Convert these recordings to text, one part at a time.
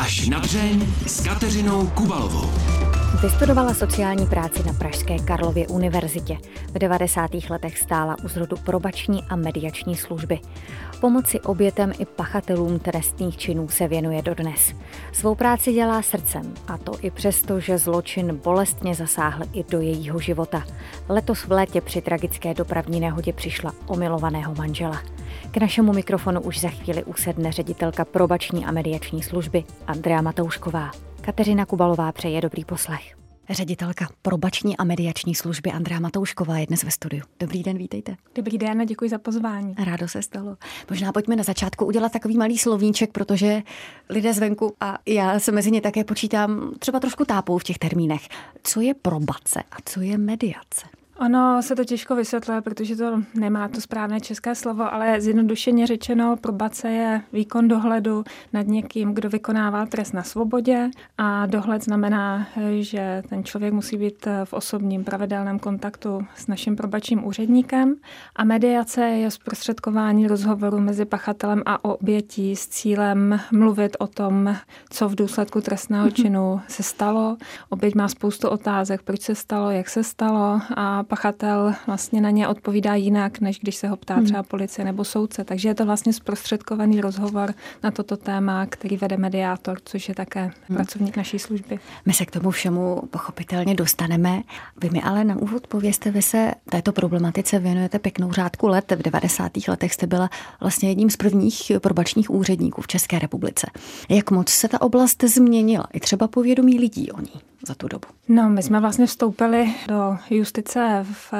Až na dřeň s Kateřinou Kubalovou. Vystudovala sociální práci na pražské Karlově univerzitě. V 90. letech stála u zrodu probační a mediační služby. Pomoci obětem i pachatelům trestných činů se věnuje dodnes. Svou práci dělá srdcem, a to i přesto, že zločin bolestně zasáhl i do jejího života. Letos v létě při tragické dopravní nehodě přišla o milovaného manžela. K našemu mikrofonu už za chvíli usedne ředitelka probační a mediační služby Andrea Matoušková. Kateřina Kubalová přeje dobrý poslech. Ředitelka probační a mediační služby Andrea Matoušková je dnes ve studiu. Dobrý den, vítejte. Dobrý den a děkuji za pozvání. Rádo se stalo. Možná pojďme na začátku udělat takový malý slovníček, protože lidé zvenku a já se mezi ně také počítám, třeba trošku tápou v těch termínech. Co je probace a co je mediace? Ono se to těžko vysvětluje, protože to nemá to správné české slovo, ale zjednodušeně řečeno, probace je výkon dohledu nad někým, kdo vykonává trest na svobodě, a dohled znamená, že ten člověk musí být v osobním pravidelném kontaktu s naším probačním úředníkem, a mediace je zprostředkování rozhovoru mezi pachatelem a obětí s cílem mluvit o tom, co v důsledku trestného činu se stalo. Oběť má spoustu otázek, proč se stalo, jak se stalo, a pachatel vlastně na ně odpovídá jinak, než když se ho ptá třeba policie nebo soudce. Takže je to vlastně zprostředkovaný rozhovor na toto téma, který vede mediátor, což je také pracovník naší služby. My se k tomu všemu pochopitelně dostaneme. Vy mi ale na úvod povězte, vy se této problematice věnujete pěknou řádku let. V 90. letech jste byla vlastně jedním z prvních probačních úředníků v České republice. Jak moc se ta oblast změnila? I třeba povědomí lidí o ní za tu dobu. No, my jsme vlastně vstoupili do justice v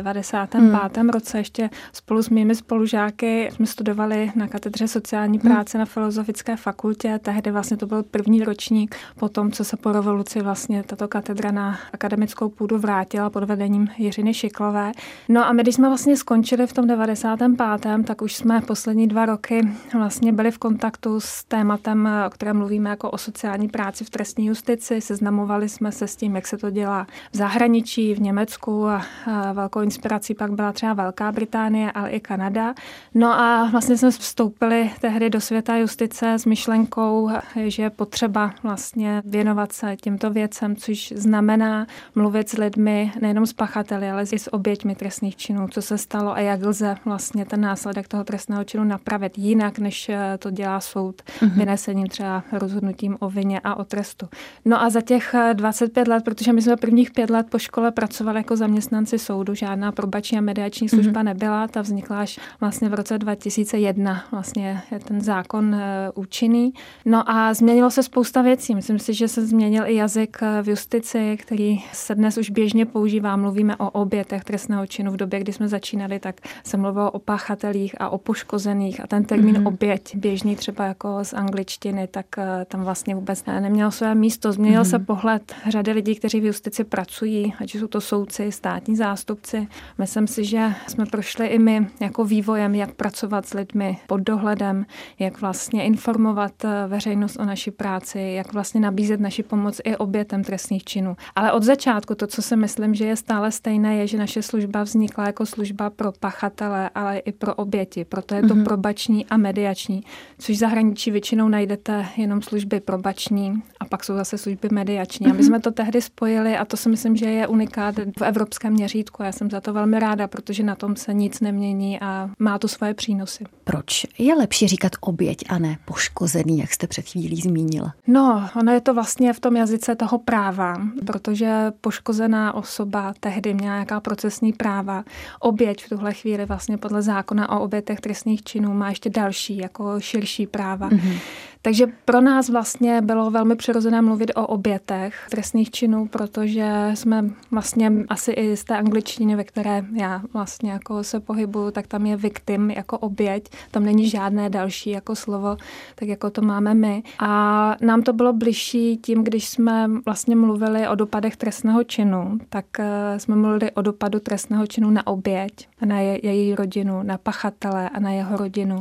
95. roce. Ještě spolu s mými spolužáky jsme studovali na katedře sociální práce na Filozofické fakultě. Tehdy vlastně to byl první ročník po tom, co se po revoluci vlastně tato katedra na akademickou půdu vrátila pod vedením Jiřiny Šiklové. No a my, když jsme vlastně skončili v tom 95., tak už jsme poslední 2 roky vlastně byli v kontaktu s tématem, o kterém mluvíme jako o sociální práci v trestní justici. Seznamovali jsme se s tím, jak se to dělá v zahraničí, v Německu, a velkou inspirací pak byla třeba Velká Británie, ale i Kanada. No a vlastně jsme vstoupili tehdy do světa justice s myšlenkou, že je potřeba vlastně věnovat se těmto věcem, což znamená mluvit s lidmi, nejenom s pachateli, ale i s oběťmi trestných činů, co se stalo a jak lze vlastně ten následek toho trestného činu napravit jinak, než to dělá soud, vynesením třeba rozhodnutím o vině a o trestu. No a za těch 25 let, protože my jsme prvních 5 let po škole pracovali jako zaměstnanci soudu, žádná probační a mediační služba nebyla, ta vznikla až vlastně v roce 2001, vlastně je ten zákon účinný. No a změnilo se spousta věcí. Myslím si, že se změnil i jazyk v justici, který se dnes už běžně používá. Mluvíme o obětech trestného činu. V době, kdy jsme začínali, tak se mluvilo o pachatelích a o poškozených, a ten termín oběť, běžný třeba jako z angličtiny, tak tam vlastně vůbec neměl své místo. Změnil se pohled řady lidí, kteří v justici pracují, ať jsou to soudci, státní zástupci. Myslím si, že jsme prošli i my jako vývojem, jak pracovat s lidmi pod dohledem, jak vlastně informovat veřejnost o naší práci, jak vlastně nabízet naši pomoc i obětem trestných činů. Ale od začátku to, co si myslím, že je stále stejné, je, že naše služba vznikla jako služba pro pachatele, ale i pro oběti. Proto je to probační a mediační, což v zahraničí většinou najdete jenom služby probační a pak jsou zase služby mediační. A my jsme to tehdy spojili, a to si myslím, že je unikát v evropském měřítku. Já jsem za to velmi ráda, protože na tom se nic nemění a má to svoje přínosy. Proč je lepší říkat oběť a ne poškozený, jak jste před chvílí zmínila? No, ono je to vlastně v tom jazyce toho práva, protože poškozená osoba tehdy měla nějaká procesní práva. Oběť v tuhle chvíli vlastně podle zákona o obětech trestných činů má ještě další, jako širší práva. Takže pro nás vlastně bylo velmi přirozené mluvit o obětech trestných činů, protože jsme vlastně asi i z té angličtiny, ve které já vlastně jako se pohybuju, tak tam je victim jako oběť, tam není žádné další jako slovo, tak jako to máme my. A nám to bylo bližší tím, když jsme vlastně mluvili o dopadech trestného činu, tak jsme mluvili o dopadu trestného činu na oběť, na její rodinu, na pachatele a na jeho rodinu.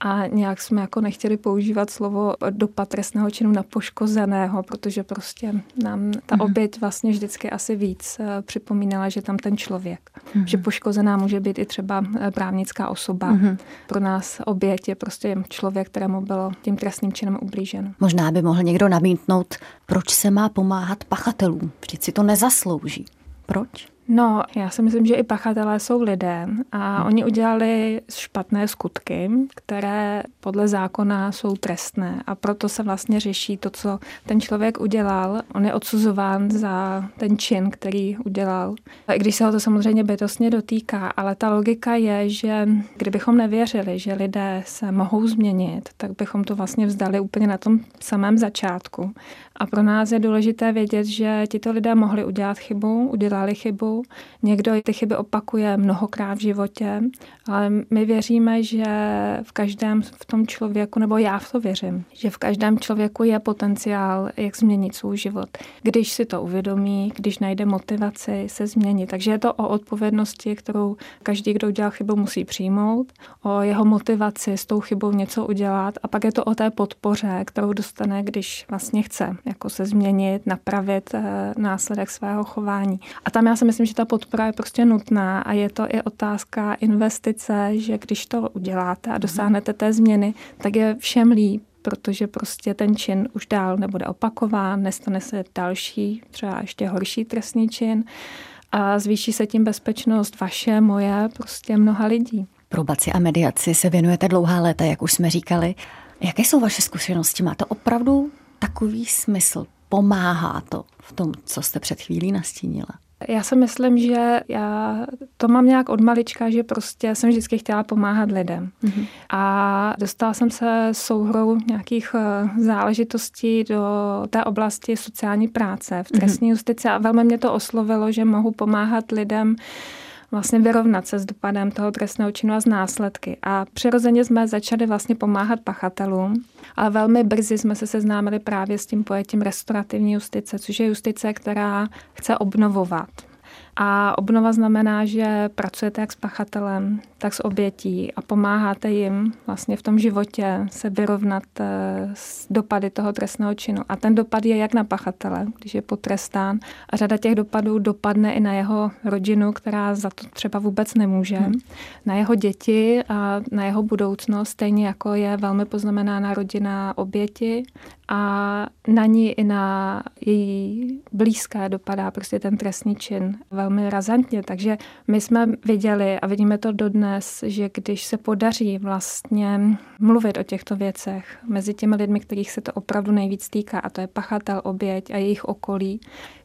a nějak jsme jako nechtěli používat slovo dopad trestného činu na poškozeného, protože prostě nám ta oběť vlastně vždycky asi víc připomínala, že tam ten člověk, že poškozená může být i třeba právnická osoba. Pro nás oběť je prostě člověk, kterému bylo tím trestným činem ublíženo. Možná by mohl někdo namítnout, proč se má pomáhat pachatelům. Vždyť si to nezaslouží. Proč? No, já si myslím, že i pachatelé jsou lidé a oni udělali špatné skutky, které podle zákona jsou trestné a proto se vlastně řeší to, co ten člověk udělal. On je odsuzován za ten čin, který udělal. I když se ho to samozřejmě bytostně dotýká, ale ta logika je, že kdybychom nevěřili, že lidé se mohou změnit, tak bychom to vlastně vzdali úplně na tom samém začátku. A pro nás je důležité vědět, že tito lidé mohli udělat chybu, udělali chybu. Někdo ty chyby opakuje mnohokrát v životě, ale my věříme, že v každém v tom člověku, nebo já v to věřím, že v každém člověku je potenciál, jak změnit svůj život. Když si to uvědomí, když najde motivaci se změnit. Takže je to o odpovědnosti, kterou každý, kdo udělal chybu, musí přijmout, o jeho motivaci s tou chybou něco udělat a pak je to o té podpoře, kterou dostane, když vlastně chce jako se změnit, napravit následek svého chování. A tam já si myslím, že ta podpora je prostě nutná a je to i otázka investice, že když to uděláte a dosáhnete té změny, tak je všem líp, protože prostě ten čin už dál nebude opakován, nestane se další, třeba ještě horší trestný čin a zvýší se tím bezpečnost vaše, moje, prostě mnoha lidí. Probaci a mediaci se věnujete dlouhá léta, jak už jsme říkali. Jaké jsou vaše zkušenosti? Má to opravdu takový smysl? Pomáhá to v tom, co jste před chvílí nastínila? Já si myslím, že já to mám nějak od malička, že prostě jsem vždycky chtěla pomáhat lidem. A dostala jsem se souhrou nějakých záležitostí do té oblasti sociální práce v trestní justici a velmi mě to oslovilo, že mohu pomáhat lidem vlastně vyrovnat se s dopadem toho trestného činu a z následky. A přirozeně jsme začali vlastně pomáhat pachatelům, ale velmi brzy jsme se seznámili právě s tím pojetím restaurativní justice, což je justice, která chce obnovovat. A obnova znamená, že pracujete jak s pachatelem, tak s obětí a pomáháte jim vlastně v tom životě se vyrovnat s dopady toho trestného činu. A ten dopad je jak na pachatele, když je potrestán. A řada těch dopadů dopadne i na jeho rodinu, která za to třeba vůbec nemůže. Na jeho děti a na jeho budoucnost, stejně jako je velmi poznamenána rodina oběti. A na ní i na její blízké dopadá prostě ten trestný čin velmi razantně. Takže my jsme viděli a vidíme to dodnes, že když se podaří vlastně mluvit o těchto věcech mezi těmi lidmi, kterých se to opravdu nejvíc týká, a to je pachatel, oběť a jejich okolí,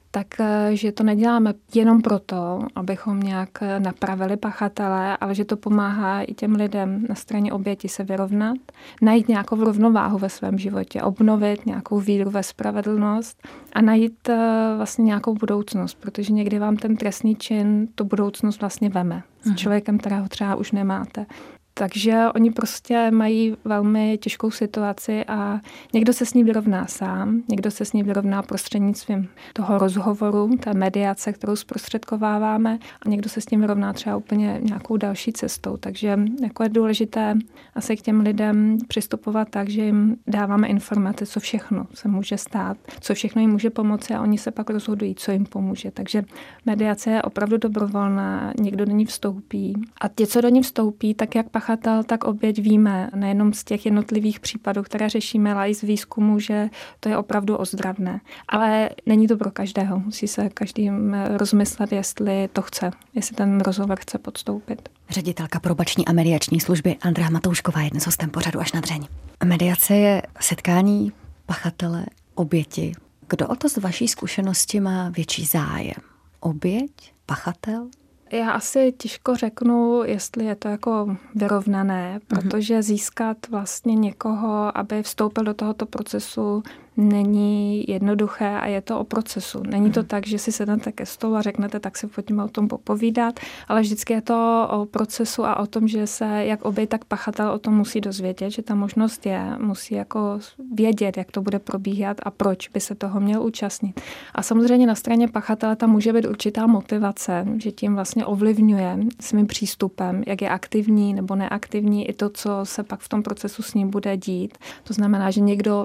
takže to neděláme jenom proto, abychom nějak napravili pachatele, ale že to pomáhá i těm lidem na straně oběti se vyrovnat, najít nějakou rovnováhu ve svém životě, obnovit nějakou víru ve spravedlnost a najít vlastně nějakou budoucnost, protože někdy vám ten trestný čin tu budoucnost vlastně veme s člověkem, kterého třeba už nemáte. Takže oni prostě mají velmi těžkou situaci a někdo se s ní vyrovná sám, někdo se s ní vyrovná prostřednictvím toho rozhovoru, té mediace, kterou zprostředkováváme a někdo se s tím vyrovná třeba úplně nějakou další cestou. Takže jako je důležité asi k těm lidem přistupovat tak, že jim dáváme informace, co všechno se může stát, co všechno jim může pomoci a oni se pak rozhodují, co jim pomůže. Takže mediace je opravdu dobrovolná, někdo do ní vstoupí a ti, co do ní vstoupí, tak jak pachatel, tak oběť víme, nejenom z těch jednotlivých případů, které řešíme, ale i z výzkumu, že to je opravdu ozdravné. Ale není to pro každého. Musí se každý rozmyslet, jestli to chce, jestli ten rozhovor chce podstoupit. Ředitelka probační a mediační služby Andrea Matoušková je dnes hostem pořadu Až na dřeň. Mediace je setkání pachatele, oběti. Kdo o to z vaší zkušenosti má větší zájem? Oběť? Pachatel? Já asi těžko řeknu, jestli je to jako vyrovnané, protože získat vlastně někoho, aby vstoupil do tohoto procesu, není jednoduché a je to o procesu. Není to tak, že si sednete ke stolu a řeknete, tak si pojďme o tom popovídat, ale vždycky je to o procesu a o tom, že se jak oběť, tak pachatel o tom musí dozvědět, že ta možnost je, musí jako vědět, jak to bude probíhat a proč by se toho měl účastnit. A samozřejmě na straně pachatele tam může být určitá motivace, že tím vlastně ovlivňuje svým přístupem, jak je aktivní nebo neaktivní, i to, co se pak v tom procesu s ním bude dít. To znamená, že někdo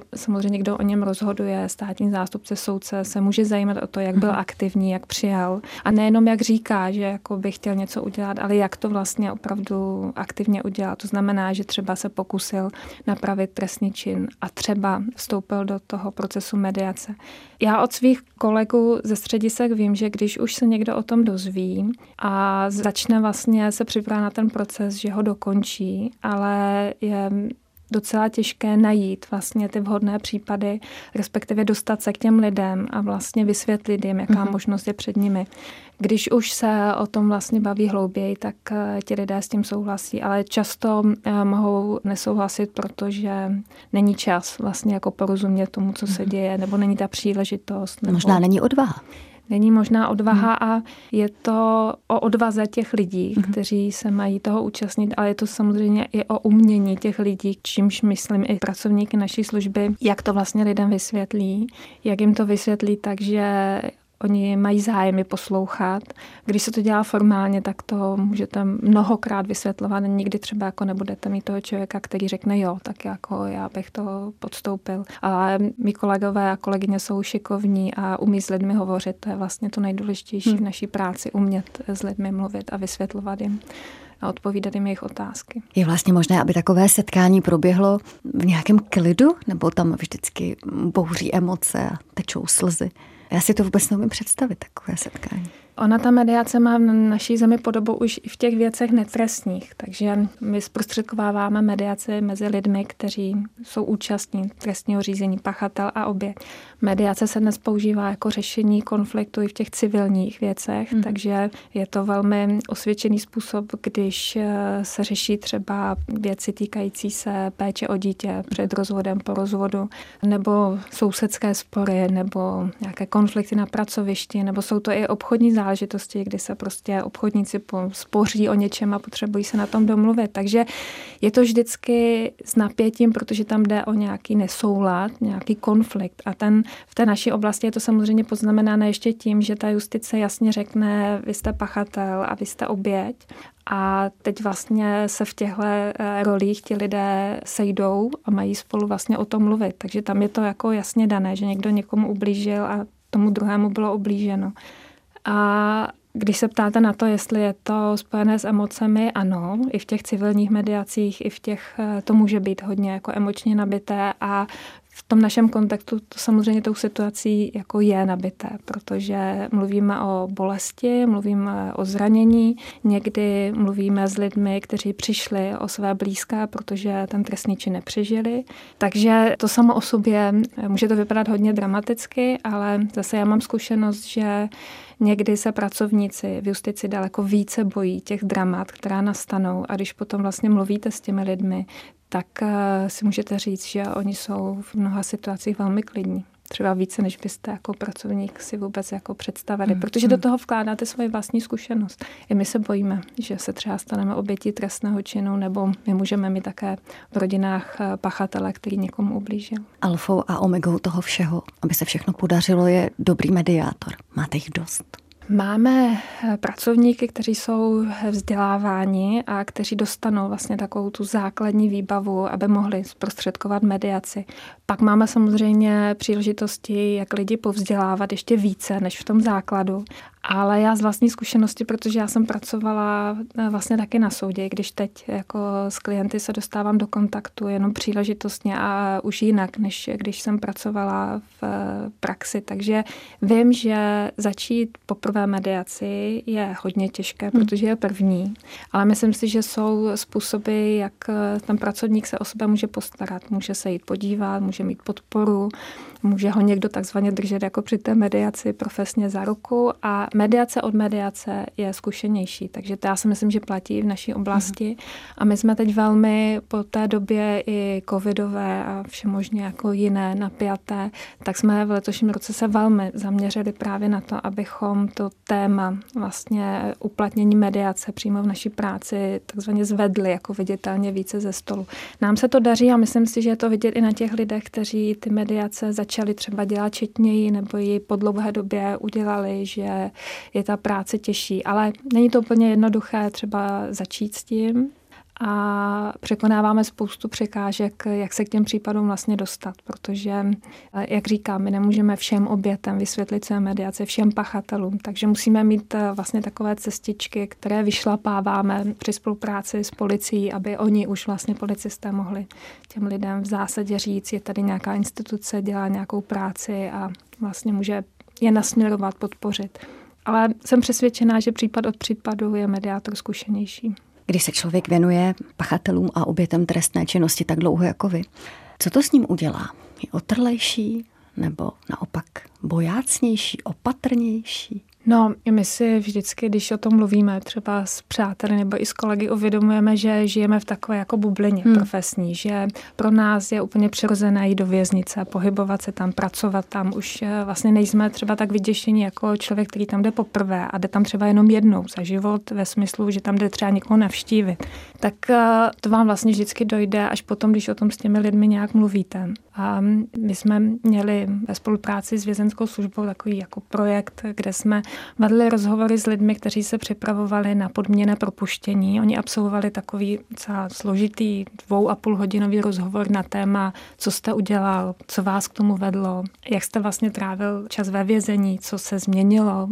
o něm rozhoduje, státní zástupce, soudce se může zajímat o to, jak byl aktivní, jak přijal. A nejenom jak říká, že jako by chtěl něco udělat, ale jak to vlastně opravdu aktivně udělat. To znamená, že třeba se pokusil napravit trestný čin a třeba vstoupil do toho procesu mediace. Já od svých kolegů ze středisek vím, že když už se někdo o tom dozví a začne vlastně se připravit na ten proces, že ho dokončí, ale je docela těžké najít vlastně ty vhodné případy, respektive dostat se k těm lidem a vlastně vysvětlit jim, jaká možnost je před nimi. Když už se o tom vlastně baví hlouběji, tak ti lidé s tím souhlasí, ale často mohou nesouhlasit, protože není čas vlastně jako porozumět tomu, co se děje, nebo není ta příležitost. Nebo možná není odvaha. Není možná odvaha a je to o odvaze těch lidí, kteří se mají toho účastnit, ale je to samozřejmě i o umění těch lidí, čímž myslím i pracovníky naší služby, jak to vlastně lidem vysvětlí, jak jim to vysvětlí, takže oni mají zájem je poslouchat. Když se to dělá formálně, tak to můžete mnohokrát vysvětlovat. Nikdy třeba jako nebudete mít toho člověka, který řekne jo, tak jako já bych to podstoupil. Ale mý kolegové a kolegyně jsou šikovní a umí s lidmi hovořit. To je vlastně to nejdůležitější v naší práci, umět s lidmi mluvit a vysvětlovat jim a odpovídat jim jejich otázky. Je vlastně možné, aby takové setkání proběhlo v nějakém klidu, nebo tam vždycky bouří emoce a tečou slzy? Já si to vůbec neumím představit, takové setkání. Ona ta mediace má v naší zemi podobu už i v těch věcech netrestních, takže my zprostředkováváme mediaci mezi lidmi, kteří jsou účastní trestního řízení, pachatel a oběť. Mediace se dnes používá jako řešení konfliktu i v těch civilních věcech, takže je to velmi osvědčený způsob, když se řeší třeba věci týkající se péče o dítě před rozvodem, po rozvodu, nebo sousedské spory, nebo nějaké konflikty na pracovišti, nebo jsou to i obchodní záležitosti, kdy se prostě obchodníci spoří o něčem a potřebují se na tom domluvit. Takže je to vždycky s napětím, protože tam jde o nějaký nesoulad, nějaký konflikt. A v té naší oblasti je to samozřejmě poznamenáno ještě tím, že ta justice jasně řekne, vy jste pachatel a vy jste oběť. A teď vlastně se v těchto rolích ti lidé sejdou a mají spolu vlastně o tom mluvit. Takže tam je to jako jasně dané, že někdo někomu ublížil a tomu druhému bylo ublíženo. A když se ptáte na to, jestli je to spojené s emocemi, ano, i v těch civilních mediacích, i v těch, to může být hodně jako emočně nabité a v tom našem kontextu to samozřejmě tou situací jako je nabité, protože mluvíme o bolesti, mluvíme o zranění, někdy mluvíme s lidmi, kteří přišli o své blízké, protože ten trestný čin nepřežili. Takže to samo o sobě může to vypadat hodně dramaticky, ale zase já mám zkušenost, že někdy se pracovníci v justici daleko více bojí těch dramat, která nastanou a když potom vlastně mluvíte s těmi lidmi, tak si můžete říct, že oni jsou v mnoha situacích velmi klidní. Třeba více, než byste jako pracovník si vůbec jako představili, protože do toho vkládáte svoji vlastní zkušenost. I my se bojíme, že se třeba staneme obětí trestného činu, nebo my můžeme mít také v rodinách pachatele, který někomu ublížil. Alfou a omegou toho všeho, aby se všechno podařilo, je dobrý mediátor. Máte jich dost? Máme pracovníky, kteří jsou vzděláváni a kteří dostanou vlastně takovou tu základní výbavu, aby mohli zprostředkovat mediaci. Pak máme samozřejmě příležitosti, jak lidi povzdělávat ještě více než v tom základu. Ale já z vlastní zkušenosti, protože já jsem pracovala vlastně taky na soudě, když teď jako s klienty se dostávám do kontaktu jenom příležitostně a už jinak, než když jsem pracovala v praxi. Takže vím, že začít poprvé mediaci je hodně těžké, protože je první. Ale myslím si, že jsou způsoby, jak ten pracovník se o sebe může postarat. Může se jít podívat, může mít podporu, může ho někdo takzvaně držet jako při té mediaci profesně za ruku a mediace od mediace je zkušenější, takže to já si myslím, že platí i v naší oblasti. A my jsme teď velmi po té době i covidové a všemožně jako jiné napjaté, tak jsme v letošním roce se velmi zaměřili právě na to, abychom to téma vlastně uplatnění mediace přímo v naší práci takzvaně zvedli jako viditelně více ze stolu. Nám se to daří a myslím si, že je to vidět i na těch lidech, kteří ty mediace začali třeba dělat četněji nebo ji po dlouhé době udělali, že je ta práce těžší. Ale není to úplně jednoduché třeba začít s tím a překonáváme spoustu překážek, jak se k těm případům vlastně dostat, protože, jak říkám, my nemůžeme všem obětem vysvětlit, co je mediace, všem pachatelům, takže musíme mít vlastně takové cestičky, které vyšlapáváme při spolupráci s policií, aby oni už vlastně policisté mohli těm lidem v zásadě říct, je tady nějaká instituce, dělá nějakou práci a vlastně může je nasměrovat, podpořit. Ale jsem přesvědčená, že případ od případu je mediátor zkušenější. Když se člověk věnuje pachatelům a obětem trestné činnosti tak dlouho jako vy, co to s ním udělá? Je otrlejší nebo naopak bojácnější, opatrnější? No, my si vždycky, když o tom mluvíme třeba s přáteli nebo i s kolegy, uvědomujeme, že žijeme v takové jako bublině profesní, že pro nás je úplně přirozené jít do věznice, pohybovat se tam, pracovat tam. Už vlastně nejsme třeba tak vyděšení jako člověk, který tam jde poprvé a jde tam třeba jenom jednou za život ve smyslu, že tam jde třeba někoho navštívit. Tak to vám vlastně vždycky dojde až potom, když o tom s těmi lidmi nějak mluvíte. A my jsme měli ve spolupráci s vězenskou službou takový jako projekt, kde jsme vedli rozhovory s lidmi, kteří se připravovali na podmíněné propuštění. Oni absolvovali takový docela složitý 2,5hodinový rozhovor na téma, co jste udělal, co vás k tomu vedlo, jak jste vlastně trávil čas ve vězení, co se změnilo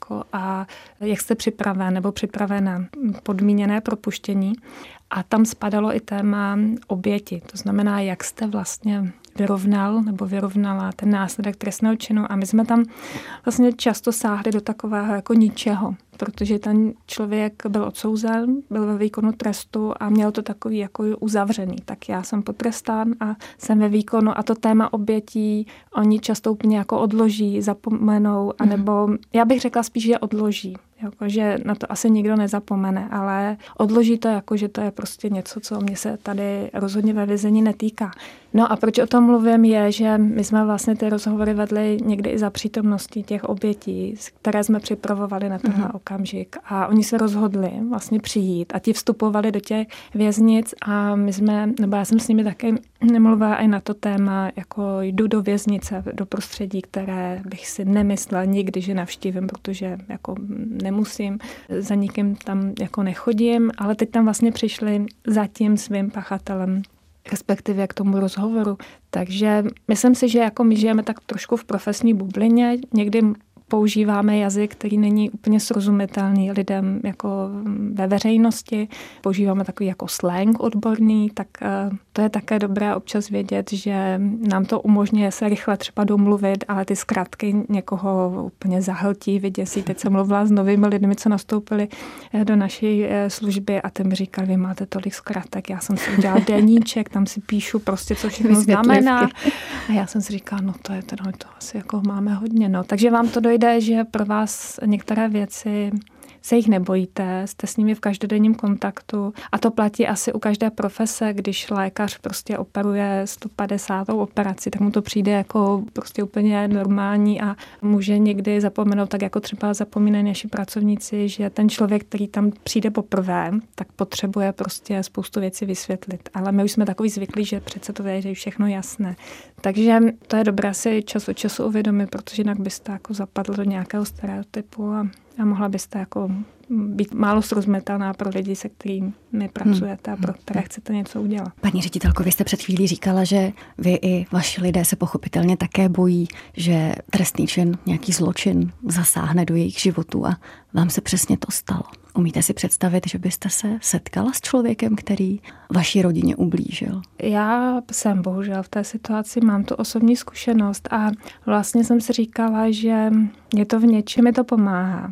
a jak jste připraven nebo připravena podmíněné propuštění. A tam spadalo i téma oběti, to znamená, jak jste vlastně vyrovnal nebo vyrovnala ten následek trestného činu. A my jsme tam vlastně často sáhli do takového jako ničeho, protože ten člověk byl odsouzen, byl ve výkonu trestu a měl to takový jako uzavřený. Tak já jsem potrestán a jsem ve výkonu a to téma obětí oni často úplně jako odloží, zapomenou, anebo já bych řekla spíš, že odloží. Že na to asi nikdo nezapomene, ale odloží to jako, že to je prostě něco, co mě se tady rozhodně ve vězení netýká. No a proč o tom mluvím je, že my jsme vlastně ty rozhovory vedli někdy i za přítomnosti těch obětí, které jsme připravovali na tenhle okamžik a oni se rozhodli vlastně přijít a ti vstupovali do těch věznic a já jsem s nimi taky nemluvila i na to téma, jako jdu do věznice, do prostředí, které bych si nemyslela nikdy, že navštívím, protože jako nemusím, za nikým tam jako nechodím, ale teď tam vlastně přišli za tím svým pachatelem, respektive k tomu rozhovoru. Takže myslím si, že jako my žijeme tak trošku v profesní bublině, někdy používáme jazyk, který není úplně srozumitelný lidem jako ve veřejnosti. Používáme takový jako slang odborný, tak to je také dobré občas vědět, že nám to umožňuje se rychle třeba domluvit, ale ty zkratky někoho úplně zahltí, vyděsí. Teď jsem mluvila s novými lidmi, co nastoupili do naší služby a ten mi říkal, vy máte tolik zkratek, já jsem si udělal deníček, tam si píšu prostě, co všechno znamená. A já jsem si říkala, no to asi jako máme hodně. No. Takže vám to dojde, že pro vás některé věci se jich nebojíte, jste s nimi v každodenním kontaktu a to platí asi u každé profese, když lékař prostě operuje 150. operaci, tak mu to přijde jako prostě úplně normální a může někdy zapomenout, tak jako třeba zapomínají naši pracovníci, že ten člověk, který tam přijde poprvé, tak potřebuje prostě spoustu věcí vysvětlit. Ale my už jsme takový zvyklí, že přece to je všechno jasné. Takže to je dobré si čas od času uvědomit, protože jinak byste jako zapadl do nějakého stereotypu a mohla byste jako být málo srozumitelná pro lidi, se kterými pracujete a pro které chcete něco udělat. Paní ředitelko, vy jste před chvílí říkala, že vy i vaši lidé se pochopitelně také bojí, že trestný čin, nějaký zločin zasáhne do jejich životů a vám se přesně to stalo. Umíte si představit, že byste se setkala s člověkem, který vaší rodině ublížil? Já jsem bohužel v té situaci, mám tu osobní zkušenost a vlastně jsem si říkala, že je to v něčem, mi to pomáhá,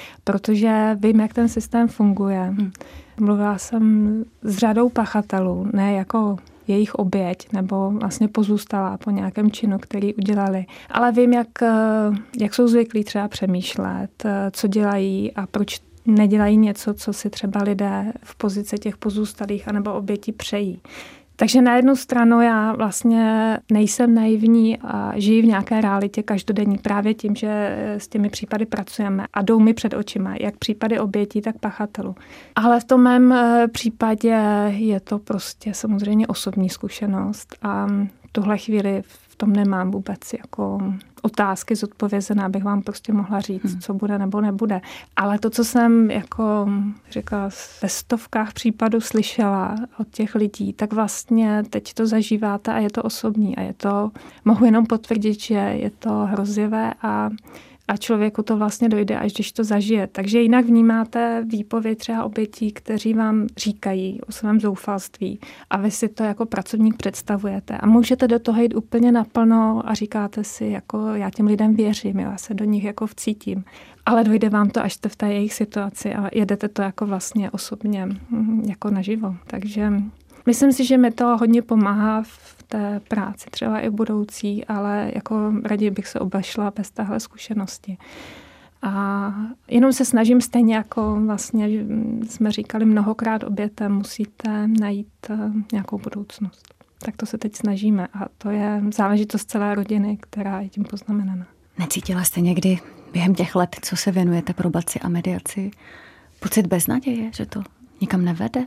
protože vím, jak ten systém funguje. Mluvila jsem s řadou pachatelů, ne jako jejich oběť nebo vlastně pozůstalá po nějakém činu, který udělali. Ale vím, jak jsou zvyklí třeba přemýšlet, co dělají a proč nedělají něco, co si třeba lidé v pozici těch pozůstalých anebo obětí přejí. Takže na jednu stranu já vlastně nejsem naivní a žiji v nějaké realitě každodenní právě tím, že s těmi případy pracujeme a jdou mi před očima, jak případy obětí, tak pachatelů. Ale v tom mém případě je to prostě samozřejmě osobní zkušenost a v tuhle chvíli v tom nemám vůbec jako otázky zodpovězené, abych vám prostě mohla říct, co bude nebo nebude. Ale to, co jsem jako řekla ve stovkách případů slyšela od těch lidí, tak vlastně teď to zažíváte a je to osobní a mohu jenom potvrdit, že je to hrozivé a člověku to vlastně dojde, až když to zažije. Takže jinak vnímáte výpověď třeba obětí, kteří vám říkají o svém zoufalství a vy si to jako pracovník představujete. A můžete do toho jít úplně naplno a říkáte si, jako já těm lidem věřím, já se do nich jako vcítím. Ale dojde vám to, až jste v té jejich situaci a jedete to jako vlastně osobně jako naživo. Takže myslím si, že mi to hodně pomáhá v té práci, třeba i budoucí, ale jako raději bych se obešla bez téhle zkušenosti. A jenom se snažím stejně jako vlastně jsme říkali mnohokrát obětem, musíte najít nějakou budoucnost. Tak to se teď snažíme a to je záležitost celé rodiny, která je tím poznamenaná. Necítila jste někdy během těch let, co se věnujete probaci a mediaci, pocit beznaděje, že to nikam nevede?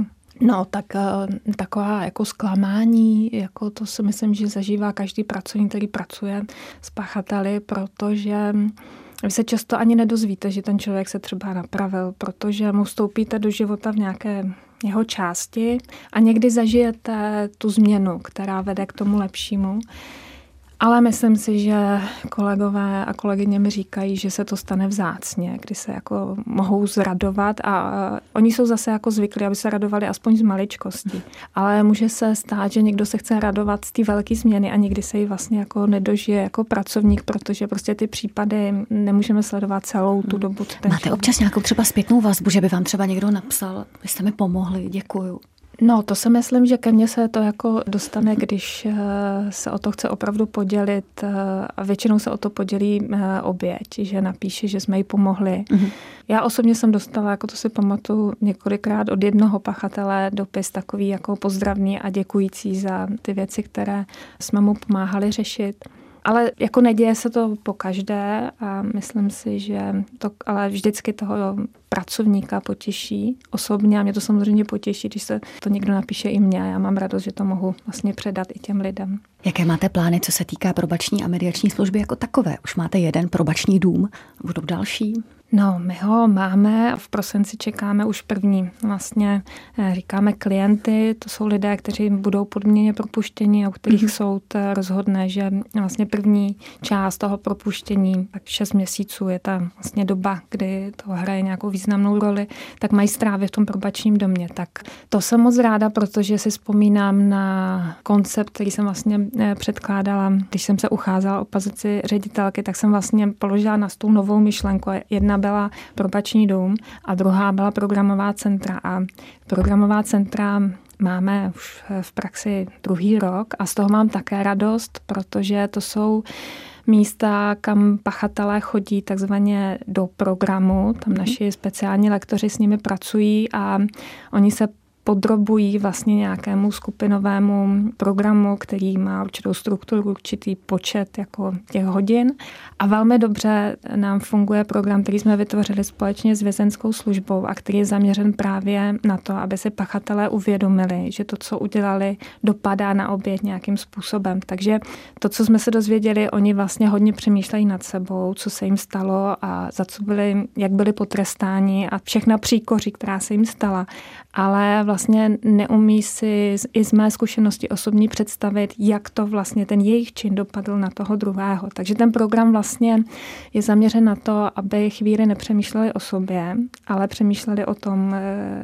No, tak taková jako zklamání, jako to si myslím, že zažívá každý pracovník, který pracuje s pachateli, protože vy se často ani nedozvíte, že ten člověk se třeba napravil, protože mu vstoupíte do života v nějaké jeho části a někdy zažijete tu změnu, která vede k tomu lepšímu. Ale myslím si, že kolegové a kolegyně mi říkají, že se to stane vzácně, kdy se jako mohou zradovat a oni jsou zase jako zvyklí, aby se radovali aspoň z maličkosti. Ale může se stát, že někdo se chce radovat z té velké změny a nikdy se jí vlastně jako nedožije jako pracovník, protože prostě ty případy nemůžeme sledovat celou tu dobu. Máte občas nějakou třeba zpětnou vazbu, že by vám třeba někdo napsal, vy jste mi pomohli, děkuju. No, to si myslím, že ke mně se to jako dostane, když se o to chce opravdu podělit a většinou se o to podělí oběť, že napíše, že jsme jí pomohli. Mm-hmm. Já osobně jsem dostala, jako to si pamatuju, několikrát od jednoho pachatele dopis takový jako pozdravný a děkující za ty věci, které jsme mu pomáhali řešit. Ale jako neděje se to po každé a myslím si, že to ale vždycky toho pracovníka potěší osobně a mě to samozřejmě potěší, když se to někdo napíše i mně a já mám radost, že to mohu vlastně předat i těm lidem. Jaké máte plány, co se týká probační a mediační služby jako takové? Už máte jeden probační dům, budou další? No, my ho máme a v prosinci čekáme už první. Vlastně říkáme klienty, to jsou lidé, kteří budou podmíněně propuštěni a u kterých soud rozhodne, že vlastně první část toho propuštění, tak 6 měsíců je ta vlastně doba, kdy to hraje nějakou významnou roli, tak mají strávit v tom probačním domě. Tak to jsem moc ráda, protože si vzpomínám na koncept, který jsem vlastně předkládala, když jsem se ucházela o pozici ředitelky, tak jsem vlastně položila na stůl novou myšlenku. Jedna byla probační dům a druhá byla programová centra. A programová centra máme už v praxi 2. rok a z toho mám také radost, protože to jsou místa, kam pachatelé chodí takzvaně do programu. Tam naši speciální lektoři s nimi pracují a oni se podrobují vlastně nějakému skupinovému programu, který má určitou strukturu, určitý počet jako těch hodin. A velmi dobře nám funguje program, který jsme vytvořili společně s vězeňskou službou a který je zaměřen právě na to, aby si pachatelé uvědomili, že to, co udělali, dopadá na oběť nějakým způsobem. Takže to, co jsme se dozvěděli, oni vlastně hodně přemýšlejí nad sebou, co se jim stalo a za co byli, jak byli potrestáni a všechna příkoří, která se jim stala. Ale vlastně neumí si i z mé zkušenosti osobní představit, jak to vlastně ten jejich čin dopadl na toho druhého. Takže ten program vlastně je zaměřen na to, aby chvíli nepřemýšleli o sobě, ale přemýšleli o tom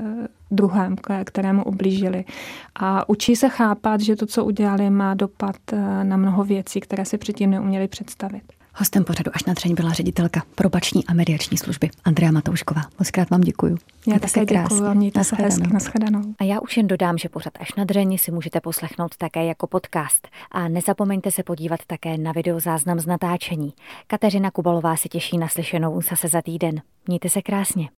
druhém, kterému ublížili. A učí se chápat, že to, co udělali, má dopad na mnoho věcí, které si předtím neuměli představit. Hostem pořadu Až na dřeň byla ředitelka probační a mediační služby Andrea Matoušková. Mockrát vám děkuju. Já také děkuju a mějte se hezky. Nashledanou. A já už jen dodám, že pořad Až na dřeň si můžete poslechnout také jako podcast. A nezapomeňte se podívat také na videozáznam z natáčení. Kateřina Kubalová se těší na slyšenou zase za týden. Mějte se krásně.